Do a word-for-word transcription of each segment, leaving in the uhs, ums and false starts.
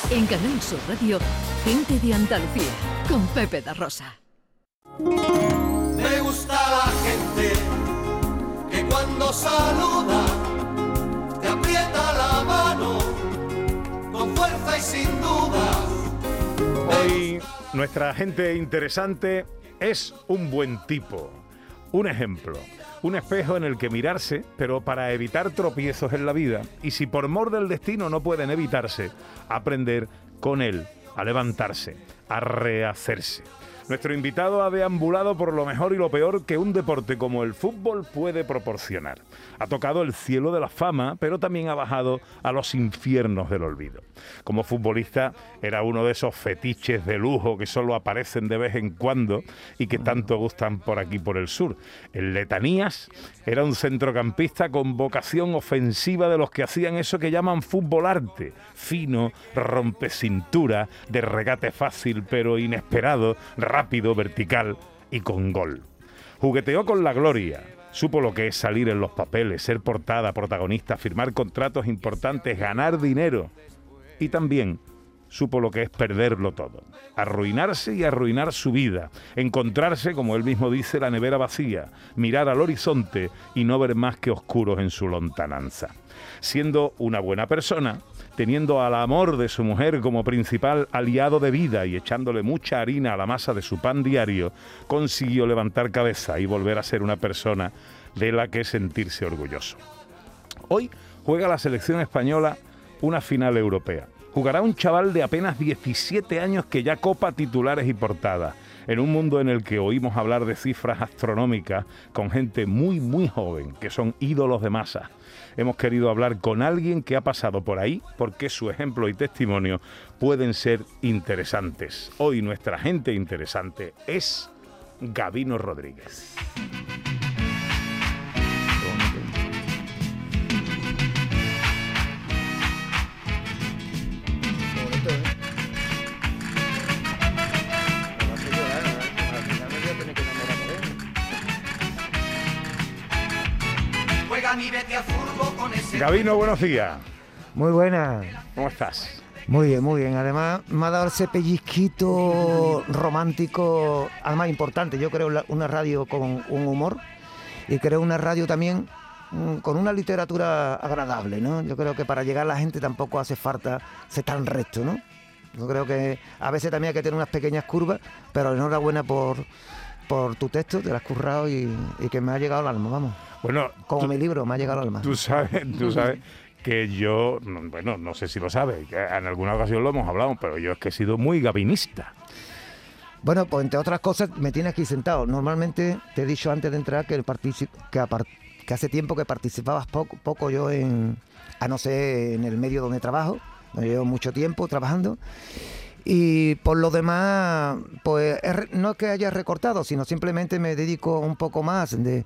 En Canal Sur Radio, Gente de Andalucía, con Pepe da Rosa. Me gusta la gente que cuando saluda te aprieta la mano con fuerza y sin dudas. Hoy nuestra gente interesante es un buen tipo, un ejemplo, un espejo en el que mirarse, pero para evitar tropiezos en la vida, y si por mor del destino no pueden evitarse, aprender con él a levantarse, a rehacerse. Nuestro invitado ha deambulado por lo mejor y lo peor que un deporte como el fútbol puede proporcionar. Ha tocado el cielo de la fama, pero también ha bajado a los infiernos del olvido. Como futbolista era uno de esos fetiches de lujo que solo aparecen de vez en cuando y que tanto gustan por aquí por el sur. El Letanías era un centrocampista con vocación ofensiva, de los que hacían eso que llaman fútbol arte, fino, rompecintura, de regate fácil pero inesperado, rápido, vertical y con gol. Jugueteó con la gloria, supo lo que es salir en los papeles, ser portada, protagonista, firmar contratos importantes, ganar dinero, y también supo lo que es perderlo todo, arruinarse y arruinar su vida, encontrarse, como él mismo dice, la nevera vacía, mirar al horizonte y no ver más que oscuros en su lontananza. Siendo una buena persona, teniendo al amor de su mujer como principal aliado de vida y echándole mucha harina a la masa de su pan diario, consiguió levantar cabeza y volver a ser una persona de la que sentirse orgulloso. Hoy juega la selección española una final europea. Jugará un chaval de apenas diecisiete años que ya copa titulares y portadas, en un mundo en el que oímos hablar de cifras astronómicas con gente muy, muy joven, que son ídolos de masa. Hemos querido hablar con alguien que ha pasado por ahí, porque su ejemplo y testimonio pueden ser interesantes. Hoy nuestra gente interesante es Gabino Rodríguez. Gabino, buenos días. Muy buena. ¿Cómo estás? Muy bien, muy bien. Además, me ha dado ese pellizquito romántico, además importante. Yo creo una radio con un humor y creo una radio también con una literatura agradable, ¿no? Yo creo que para llegar a la gente tampoco hace falta ser tan recto, ¿no? Yo creo que a veces también hay que tener unas pequeñas curvas, pero enhorabuena por, por tu texto, te lo has currado y, y que me ha llegado al alma, vamos. Bueno, como tú, mi libro, me ha llegado al alma. Tú sabes, tú sabes que yo, bueno, no sé si lo sabes, que en alguna ocasión lo hemos hablado, pero yo es que he sido muy gabinista. Bueno, pues entre otras cosas me tienes aquí sentado. Normalmente te he dicho antes de entrar que, particip- que, apart- que hace tiempo que participabas poco, poco yo en, a no ser en el medio donde trabajo. Me llevo mucho tiempo trabajando. Y por lo demás, pues no es que haya recortado, sino simplemente me dedico un poco más de,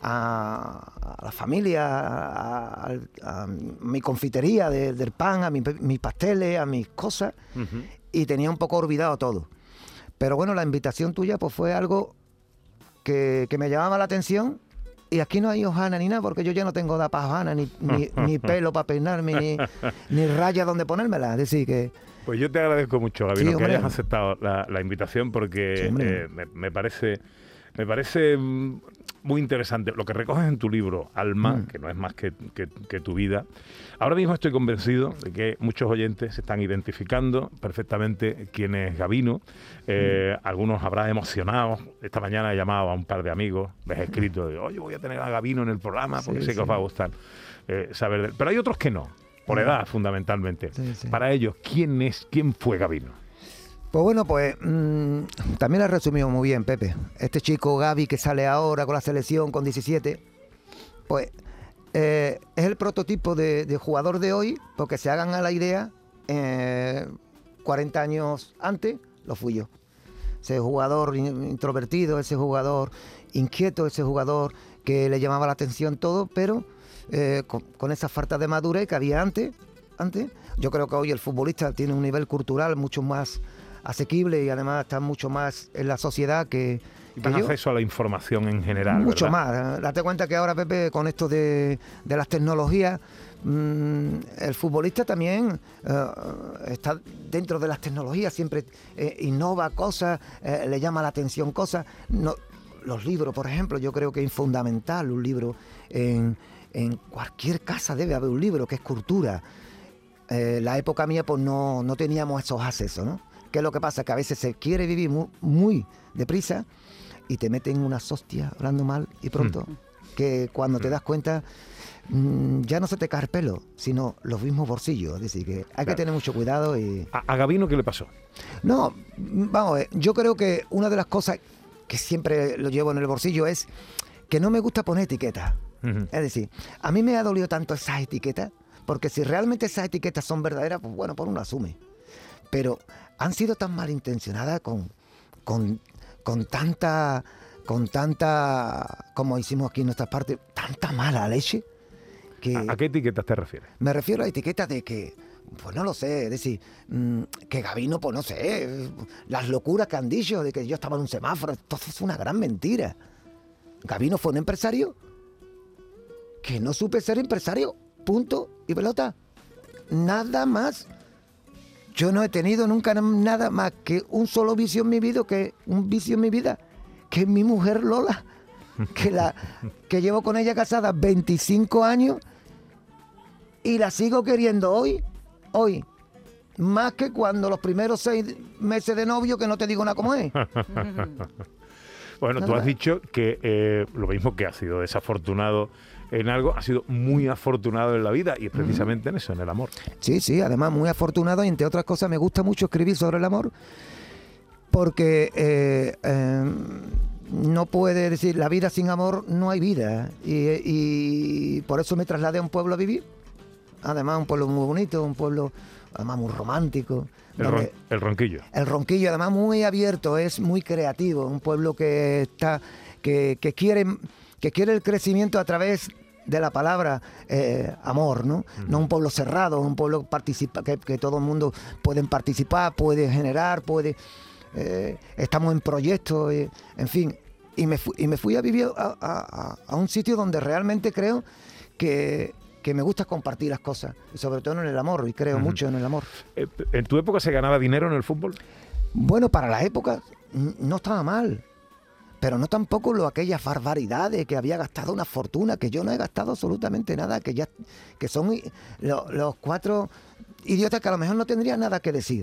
a, a la familia, a, a, a mi confitería de, del pan, a mi, mis pasteles, a mis cosas, uh-huh. Y tenía un poco olvidado todo. Pero bueno, la invitación tuya pues fue algo que, que me llamaba la atención. Y aquí no hay hojana ni nada, porque yo ya no tengo da para hojana, ni, ni, ni pelo para peinarme, ni, ni raya donde ponérmela. Es decir, que... Pues yo te agradezco mucho, Gabino, sí, que hayas aceptado la, la invitación, porque sí, eh, me, me parece me parece muy interesante lo que recoges en tu libro, Alma, mm. que no es más que, que, que tu vida. Ahora mismo estoy convencido de que muchos oyentes se están identificando perfectamente quién es Gabino. Eh, mm. Algunos habrán emocionado. Esta mañana he llamado a un par de amigos, les he escrito, de, oye, voy a tener a Gabino en el programa porque sí, sé que sí. os va a gustar eh, saber de él. Pero hay otros que no. Por edad, fundamentalmente. Sí, sí. Para ellos, ¿quién es, quién fue Gabino? Pues bueno, pues mmm, también lo has resumido muy bien, Pepe. Este chico Gaby que sale ahora con la selección con diecisiete, pues eh, es el prototipo de, de jugador de hoy, porque se hagan a la idea, eh, cuarenta años antes lo fui yo. Ese jugador introvertido, ese jugador inquieto, ese jugador que le llamaba la atención todo, pero... Eh, con, con esa falta de madurez que había antes, antes. Yo creo que hoy el futbolista tiene un nivel cultural mucho más asequible y además está mucho más en la sociedad que, dan yo, acceso a la información en general. Mucho ¿verdad? más. Date cuenta que ahora, Pepe, con esto de, de las tecnologías, mmm, el futbolista también uh, está dentro de las tecnologías, siempre eh, innova cosas, eh, le llama la atención cosas. No, los libros, por ejemplo, yo creo que es fundamental un libro. En, en cualquier casa debe haber un libro, que es cultura. Eh, la época mía, pues no, no teníamos esos accesos, ¿no? ¿Qué es lo que pasa? Que a veces se quiere vivir muy, muy deprisa y te meten unas hostias hablando mal y pronto, mm. que cuando mm. te das cuenta mmm, ya no se te cae el pelo, sino los mismos bolsillos. Es decir, que hay claro. que tener mucho cuidado. Y... ¿A, a Gabino qué le pasó? No, vamos a ver, yo creo que una de las cosas que siempre lo llevo en el bolsillo es que no me gusta poner etiquetas. Uh-huh. Es decir, a mí me ha dolido tanto esas etiquetas, porque si realmente esas etiquetas son verdaderas, pues bueno, pues uno asume. Pero han sido tan malintencionadas con, con, con tanta, con tanta, como hicimos aquí en nuestra parte, tanta mala leche. Que ¿A, ¿A qué etiquetas te refieres? Me refiero a etiquetas de que, pues no lo sé, es decir, mmm, que Gabino, pues no sé, las locuras que han dicho de que yo estaba en un semáforo, todo es una gran mentira. Gabino fue un empresario que no supe ser empresario, punto y pelota, nada más. Yo no he tenido nunca nada más que un solo vicio en mi vida, que un vicio en mi vida, que es mi mujer Lola, que la que llevo con ella casada veinticinco años y la sigo queriendo hoy, hoy, más que cuando los primeros seis meses de novio, que no te digo nada como es. Bueno, tú has dicho que eh, lo mismo que has sido desafortunado en algo, ha sido muy afortunado en la vida, y es precisamente uh-huh. en eso, en el amor. Sí, sí, además muy afortunado, y entre otras cosas me gusta mucho escribir sobre el amor, porque eh, eh, no puede decir, la vida sin amor no hay vida, y, y por eso me trasladé a un pueblo a vivir, además un pueblo muy bonito, un pueblo además muy romántico. El, ron, el Ronquillo. El Ronquillo, además muy abierto, es muy creativo, un pueblo que está que, que quiere que quiere el crecimiento a través de la palabra eh, amor, ¿no? Uh-huh. No un pueblo cerrado, un pueblo participa, que, que todo el mundo puede participar, puede generar, puede... Eh, estamos en proyectos, eh, en fin. Y me, fu- y me fui a vivir a, a, a un sitio donde realmente creo que... que me gusta compartir las cosas, y sobre todo en el amor, y creo uh-huh. mucho en el amor. ¿En tu época se ganaba dinero en el fútbol? Bueno, para la época no estaba mal, pero no tampoco lo aquellas barbaridades que había gastado una fortuna, que yo no he gastado absolutamente nada, que ya que son lo, los cuatro idiotas que a lo mejor no tendrían nada que decir.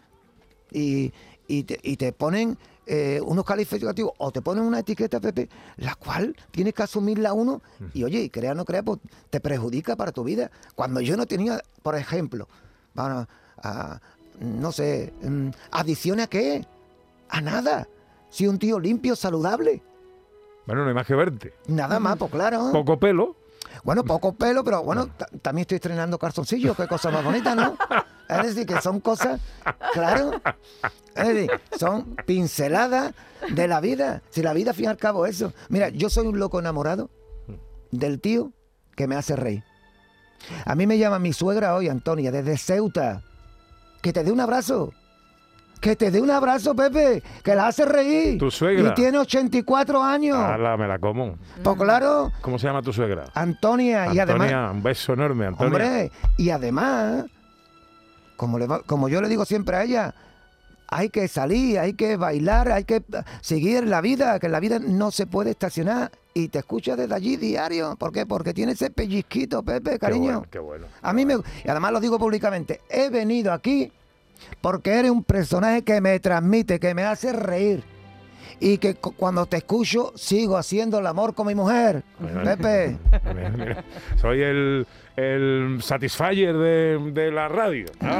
Y, y, te, y te ponen eh, unos calificativos o te ponen una etiqueta, Pepe, la cual tienes que asumirla uno y oye, y crea o no crea, pues te perjudica para tu vida. Cuando yo no tenía, por ejemplo, bueno, a, no sé, ¿adicciones a qué? A nada. Si un tío limpio, saludable. Bueno, no hay más que verte. Nada más, pues claro. Poco pelo. Bueno, poco pelo, pero bueno, t- también estoy estrenando calzoncillos, qué cosa más bonita, ¿no? Es decir, que son cosas, claro, es decir, son pinceladas de la vida. Si la vida, al fin y al cabo, eso. Mira, yo soy un loco enamorado del tío que me hace reír. A mí me llama mi suegra hoy, Antonia, desde Ceuta, que te dé un abrazo. Que te dé un abrazo, Pepe, que la hace reír. ¿Tu suegra? Y tiene ochenta y cuatro años. ¡Hala, me la como! Pues claro. ¿Cómo se llama tu suegra? Antonia. Antonia, y además, un beso enorme, Antonia. Hombre, y además, como, le va, como yo le digo siempre a ella, hay que salir, hay que bailar, hay que seguir la vida, que la vida no se puede estacionar. Y te escucha desde allí diario. ¿Por qué? Porque tiene ese pellizquito, Pepe, cariño. Qué bueno, qué bueno. A mí me... Y además lo digo públicamente, he venido aquí porque eres un personaje que me transmite, que me hace reír. Y que cu- cuando te escucho, sigo haciendo el amor con mi mujer. Bueno, Pepe. Mira, mira. Soy el, el satisfier de, de la radio, ¿no?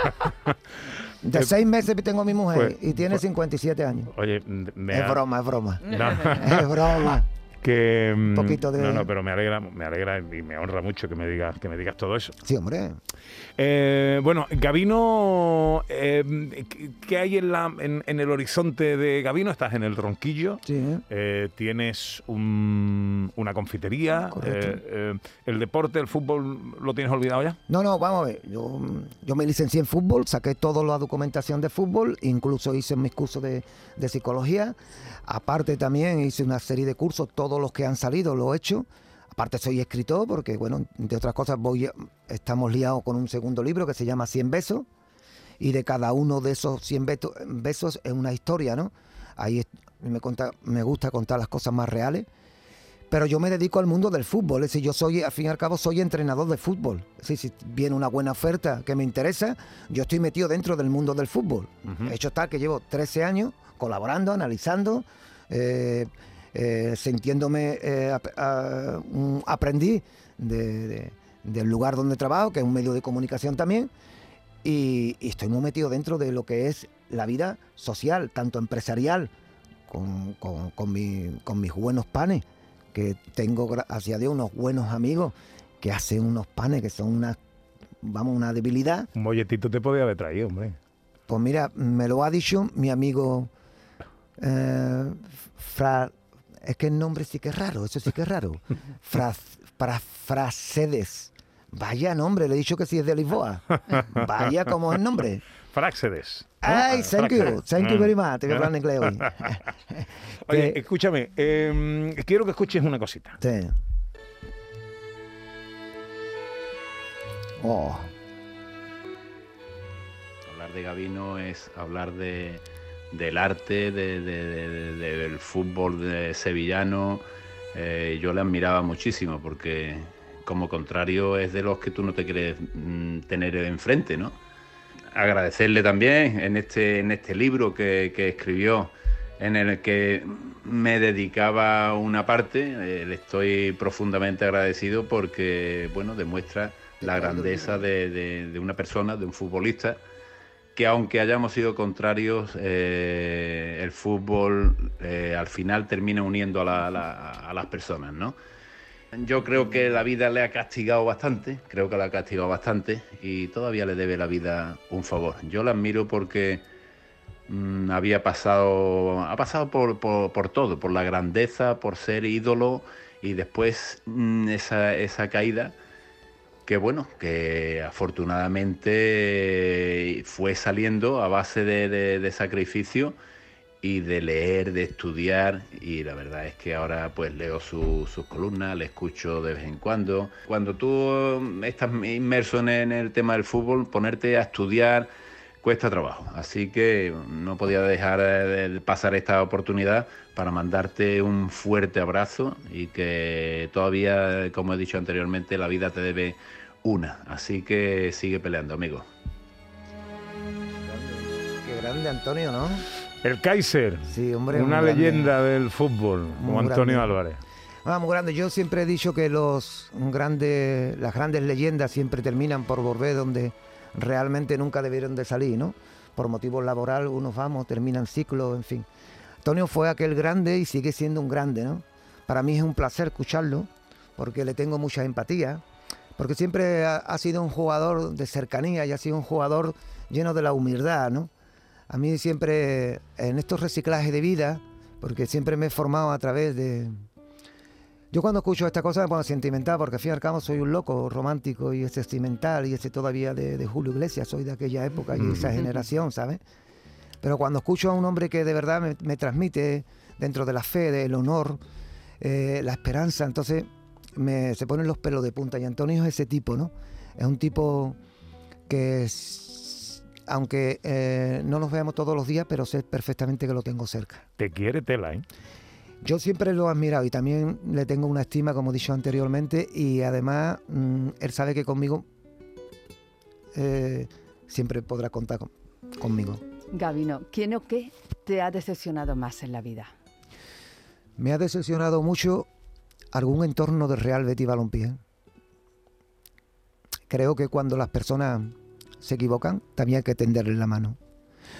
De seis meses tengo a mi mujer pues, y tiene pues, cincuenta y siete años. Oye, me es ha... broma, es broma. No. Es broma. Que, Un poquito de... No, no, pero me alegra, me alegra y me honra mucho que me digas, que me digas todo eso. Sí, hombre. Eh, bueno, Gabino, eh, ¿qué hay en, la, en, en el horizonte de Gabino? Estás en el Ronquillo, Sí. eh, tienes un, una confitería, Correcto. eh, eh, el deporte, el fútbol, ¿lo tienes olvidado ya? No, no, vamos a ver. Yo, yo me licencié en fútbol, saqué toda la documentación de fútbol, incluso hice mis cursos de, de psicología. Aparte también hice una serie de cursos, todos los que han salido lo he hecho. Aparte soy escritor porque, bueno, entre otras cosas voy, estamos liados con un segundo libro que se llama cien besos. Y de cada uno de esos cien besos, besos es una historia, ¿no? Ahí es, me, conta, me gusta contar las cosas más reales. Pero yo me dedico al mundo del fútbol, es decir, yo soy, al fin y al cabo, soy entrenador de fútbol. Es decir, si viene una buena oferta que me interesa, yo estoy metido dentro del mundo del fútbol. Uh-huh. De hecho, está que llevo trece años colaborando, analizando, eh, eh, sintiéndome eh, ap a, un aprendiz de, de, del lugar donde trabajo, que es un medio de comunicación también, y, y estoy muy metido dentro de lo que es la vida social, tanto empresarial, con, con, con, mi, con mis buenos panes, que tengo, gracias a Dios, unos buenos amigos que hacen unos panes que son una, vamos, una debilidad. Un molletito te podía haber traído, hombre. Pues mira, me lo ha dicho mi amigo eh, Fra, es que el nombre sí que es raro, eso sí que es raro. Fra, para Frasedes. Vaya nombre, le he dicho que sí es de Lisboa. Vaya, ¿cómo es el nombre? Fráxedes. Ay, thank you, thank you very much. Te voy a hablar en inglés hoy. Oye, Que- escúchame, eh, quiero que escuches una cosita. Sí. Oh, Hablar de Gabino es hablar de, del arte, de, de- de- de- del fútbol de sevillano. Eh, yo le admiraba muchísimo porque, como contrario, es de los que tú no te quieres mm, tener enfrente, ¿no? Agradecerle también en este, en este libro que, que escribió, en el que me dedicaba una parte. Eh, le estoy profundamente agradecido porque, bueno, demuestra la grandeza de, de- de una persona, de un futbolista, que aunque hayamos sido contrarios, eh, el fútbol eh, al final termina uniendo a, la- a la- a las personas, ¿no? Yo creo que la vida le ha castigado bastante, creo que la ha castigado bastante y todavía le debe la vida un favor. Yo la admiro porque mm, había pasado, ha pasado por, por, por todo, por la grandeza, por ser ídolo y después mm, esa, esa caída que bueno, que afortunadamente fue saliendo a base de, de, de sacrificio y de leer, de estudiar, y la verdad es que ahora pues leo su, sus columnas, le escucho de vez en cuando. Cuando tú estás inmerso en, en el tema del fútbol, ponerte a estudiar cuesta trabajo, así que no podía dejar de pasar esta oportunidad para mandarte un fuerte abrazo y que todavía, como he dicho anteriormente, la vida te debe una, así que sigue peleando, amigo. qué grande Antonio, ¿no? El Kaiser, Sí, hombre. una muy grande. leyenda del fútbol, como Muy Antonio grande. Álvarez. Ah, muy grande. Yo siempre he dicho que los grandes, las grandes leyendas siempre terminan por volver donde realmente nunca debieron de salir, ¿no? Por motivos laborales, unos vamos, terminan ciclos, en fin. Antonio fue aquel grande y sigue siendo un grande, ¿no? Para mí es un placer escucharlo, porque le tengo mucha empatía, porque siempre ha, ha sido un jugador de cercanía y ha sido un jugador lleno de la humildad, ¿no? A mí siempre, en estos reciclajes de vida, porque siempre me he formado a través de... Yo cuando escucho esta cosa me pongo sentimental, porque al fin y al cabo soy un loco romántico y sentimental, y ese todavía de, de Julio Iglesias, soy de aquella época y esa generación, ¿sabes? Pero cuando escucho a un hombre que de verdad me, me transmite dentro de la fe, del honor, eh, la esperanza, entonces me, se ponen los pelos de punta. Y Antonio es ese tipo, ¿no? Es un tipo que, es, aunque eh, no nos veamos todos los días, pero sé perfectamente que lo tengo cerca. Te quiere tela, ¿eh? Yo siempre lo he admirado y también le tengo una estima, como he dicho anteriormente, y además mmm, él sabe que conmigo eh, siempre podrá contar con, conmigo. Gabino, ¿quién o qué te ha decepcionado más en la vida? Me ha decepcionado mucho algún entorno del Real Betis Balompié. Creo que cuando las personas se equivocan, también hay que tenderles la mano.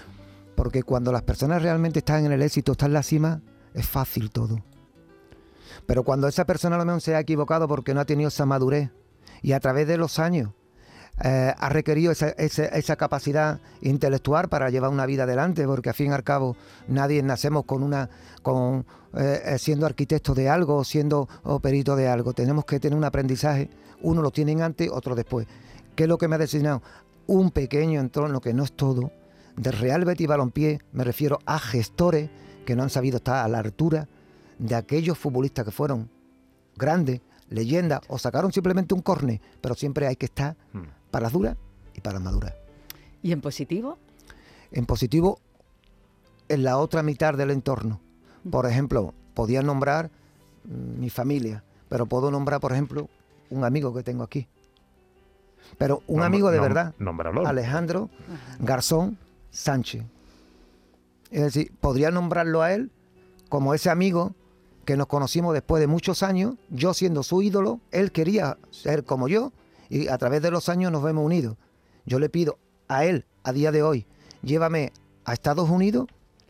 Porque cuando las personas realmente están en el éxito, están en la cima, es fácil todo. Pero cuando esa persona a lo mejor se ha equivocado porque no ha tenido esa madurez y a través de los años eh, ha requerido esa, esa, esa capacidad intelectual para llevar una vida adelante, porque al fin y al cabo nadie nacemos con una con eh, siendo arquitecto de algo o siendo o perito de algo. Tenemos que tener un aprendizaje, uno lo tienen antes, otro después. ¿Qué es lo que me ha designado? Un pequeño entorno, que no es todo, de Real Betis Balompié. Me refiero a gestores que no han sabido estar a la altura de aquellos futbolistas que fueron grandes, leyendas, o sacaron simplemente un córner, pero siempre hay que estar hmm. para las duras y para las maduras. ¿Y en positivo? En positivo, en la otra mitad del entorno. Por ejemplo, podía nombrar mm, mi familia, pero puedo nombrar, por ejemplo, un amigo que tengo aquí. Pero un Nom- amigo de nom- verdad, nómbralo. Alejandro Garzón Sánchez. Es decir, podría nombrarlo a él como ese amigo que nos conocimos después de muchos años, yo siendo su ídolo, él quería ser como yo, y a través de los años nos vemos unidos. Yo le pido a él, a día de hoy, llévame a Estados Unidos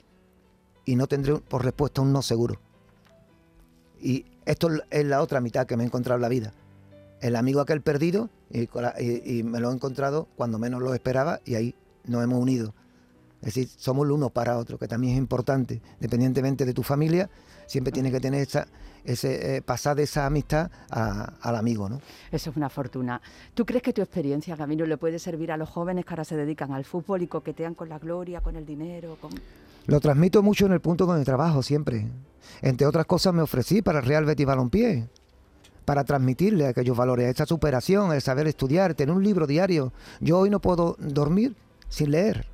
y no tendré por respuesta un no seguro. Y esto es la otra mitad que me he encontrado en la vida. El amigo aquel perdido, y, y, y me lo he encontrado cuando menos lo esperaba, y ahí nos hemos unido. Es decir, somos el uno para otro, que también es importante. Independientemente de tu familia, siempre tienes que tener esa, ese, eh, pasar de esa amistad a, al amigo, ¿no? Eso es una fortuna. ¿Tú crees que tu experiencia, Camilo, le puede servir a los jóvenes que ahora se dedican al fútbol y coquetean con la gloria, con el dinero? Con... Lo transmito mucho en el punto donde trabajo siempre. Entre otras cosas me ofrecí para el Real Betis Balompié, para transmitirle aquellos valores, esa superación, el saber estudiar, tener un libro diario. Yo hoy no puedo dormir sin leer.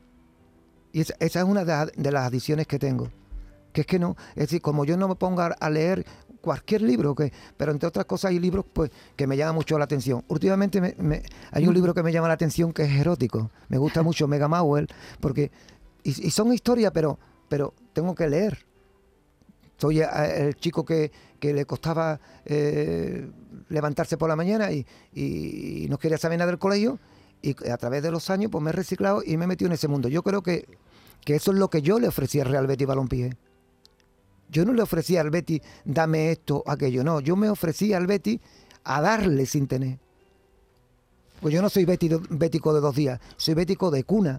Y esa, esa es una de, de las adicciones que tengo. Que es que no, es decir, como yo no me ponga a leer cualquier libro, que, pero entre otras cosas hay libros pues que me llaman mucho la atención. Últimamente me, me, hay un libro que me llama la atención que es erótico. Me gusta mucho Mega Mauel, porque y, y son historias, pero, pero tengo que leer. Soy el chico que, que le costaba eh, levantarse por la mañana y, y, y no quería saber nada del colegio, y a través de los años pues me he reciclado y me he metido en ese mundo. Yo creo que, que eso es lo que yo le ofrecía al Real Betis Balompié. Yo no le ofrecía al Betis, dame esto, aquello, no. Yo me ofrecía al Betis a darle sin tener. Pues yo no soy bético de dos días, soy bético de cuna.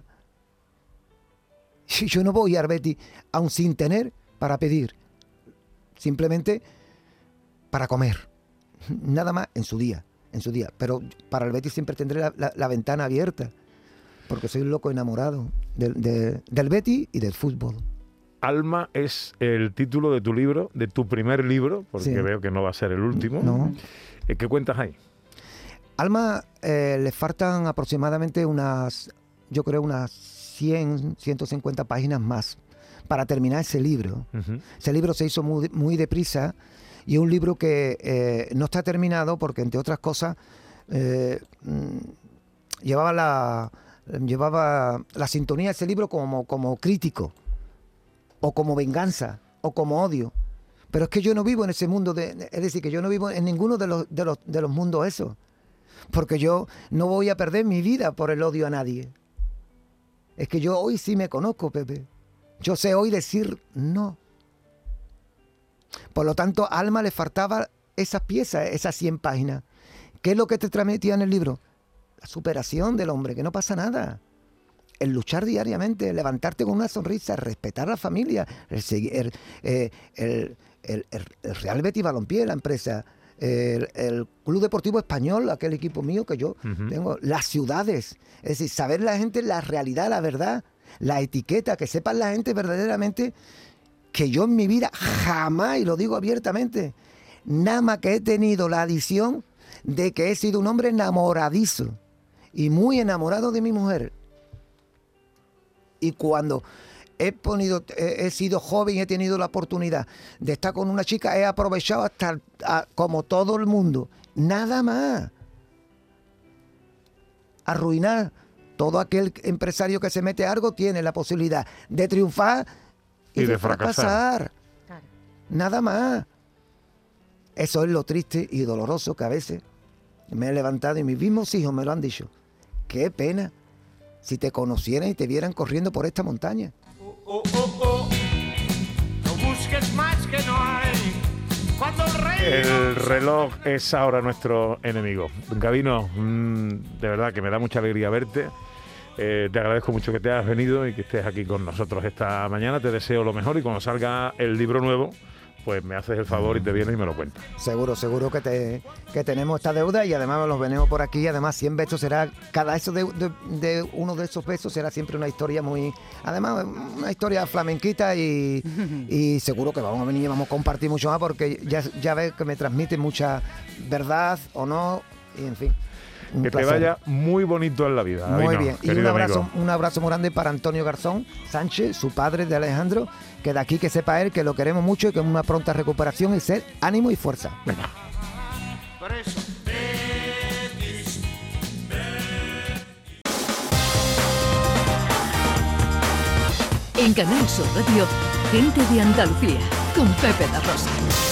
Y yo no voy al Betis aún sin tener para pedir. Simplemente para comer. Nada más en su día, en su día. Pero para el Betis siempre tendré la, la, la ventana abierta, porque soy un loco enamorado de, de, del Betis y del fútbol. Alma es el título de tu libro, de tu primer libro, porque sí. Veo que no va a ser el último. No. ¿Qué cuentas ahí? Alma, eh, le faltan aproximadamente unas, yo creo unas cien, ciento cincuenta páginas más para terminar ese libro. Uh-huh. Ese libro se hizo muy, muy deprisa y es un libro que eh, no está terminado porque, entre otras cosas, eh, llevaba la llevaba la sintonía de ese libro como, como crítico, o como venganza, o como odio. Pero es que yo no vivo en ese mundo, de, es decir, que yo no vivo en ninguno de los, de los, de los mundos esos. Porque yo no voy a perder mi vida por el odio a nadie. Es que yo hoy sí me conozco, Pepe. Yo sé hoy decir no. Por lo tanto, a Alma le faltaba esas piezas, esas cien páginas. ¿Qué es lo que te transmitía en el libro? La superación del hombre, que no pasa nada. El luchar diariamente, el levantarte con una sonrisa, el respetar a la familia, el, el, el, el, el, el Real Betis Balompié, la empresa, el, el Club Deportivo Español, aquel equipo mío que yo uh-huh. tengo, las ciudades, es decir, saber la gente la realidad, la verdad, la etiqueta, que sepan la gente verdaderamente que yo en mi vida jamás, y lo digo abiertamente, nada más que he tenido la adición de que he sido un hombre enamoradizo y muy enamorado de mi mujer. Y cuando he, ponido, he, he sido joven y he tenido la oportunidad de estar con una chica, he aprovechado hasta a, como todo el mundo. Nada más. Arruinar. Todo aquel empresario que se mete a algo tiene la posibilidad de triunfar y, y de, de fracasar. fracasar. Claro. Nada más. Eso es lo triste y doloroso que a veces me he levantado y mis mismos hijos me lo han dicho. Qué pena si te conocieran y te vieran corriendo por esta montaña. Oh, oh, oh, oh. No busques más que no hay. Cuando El reloj es ahora nuestro enemigo. Don Gabino, mmm, de verdad que me da mucha alegría verte. Eh, te agradezco mucho que te hayas venido y que estés aquí con nosotros esta mañana. Te deseo lo mejor y cuando salga el libro nuevo, pues me haces el favor y te vienes y me lo cuentas. Seguro, seguro que te que tenemos esta deuda y además los venimos por aquí. Además, cien besos será, cada eso de, de, de uno de esos besos será siempre una historia muy, además una historia flamenquita y, y seguro que vamos a venir y vamos a compartir mucho más porque ya, ya ves que me transmite mucha verdad o no, y en fin. Un que placer. te vaya muy bonito en la vida. Muy Gabino, bien. Y un abrazo, un abrazo muy grande para Antonio Garzón Sánchez, su padre de Alejandro, que de aquí que sepa él que lo queremos mucho y que una pronta recuperación y ser ánimo y fuerza. Venga. En Canal Sur Radio, Gente de Andalucía, con Pepe da Rosa.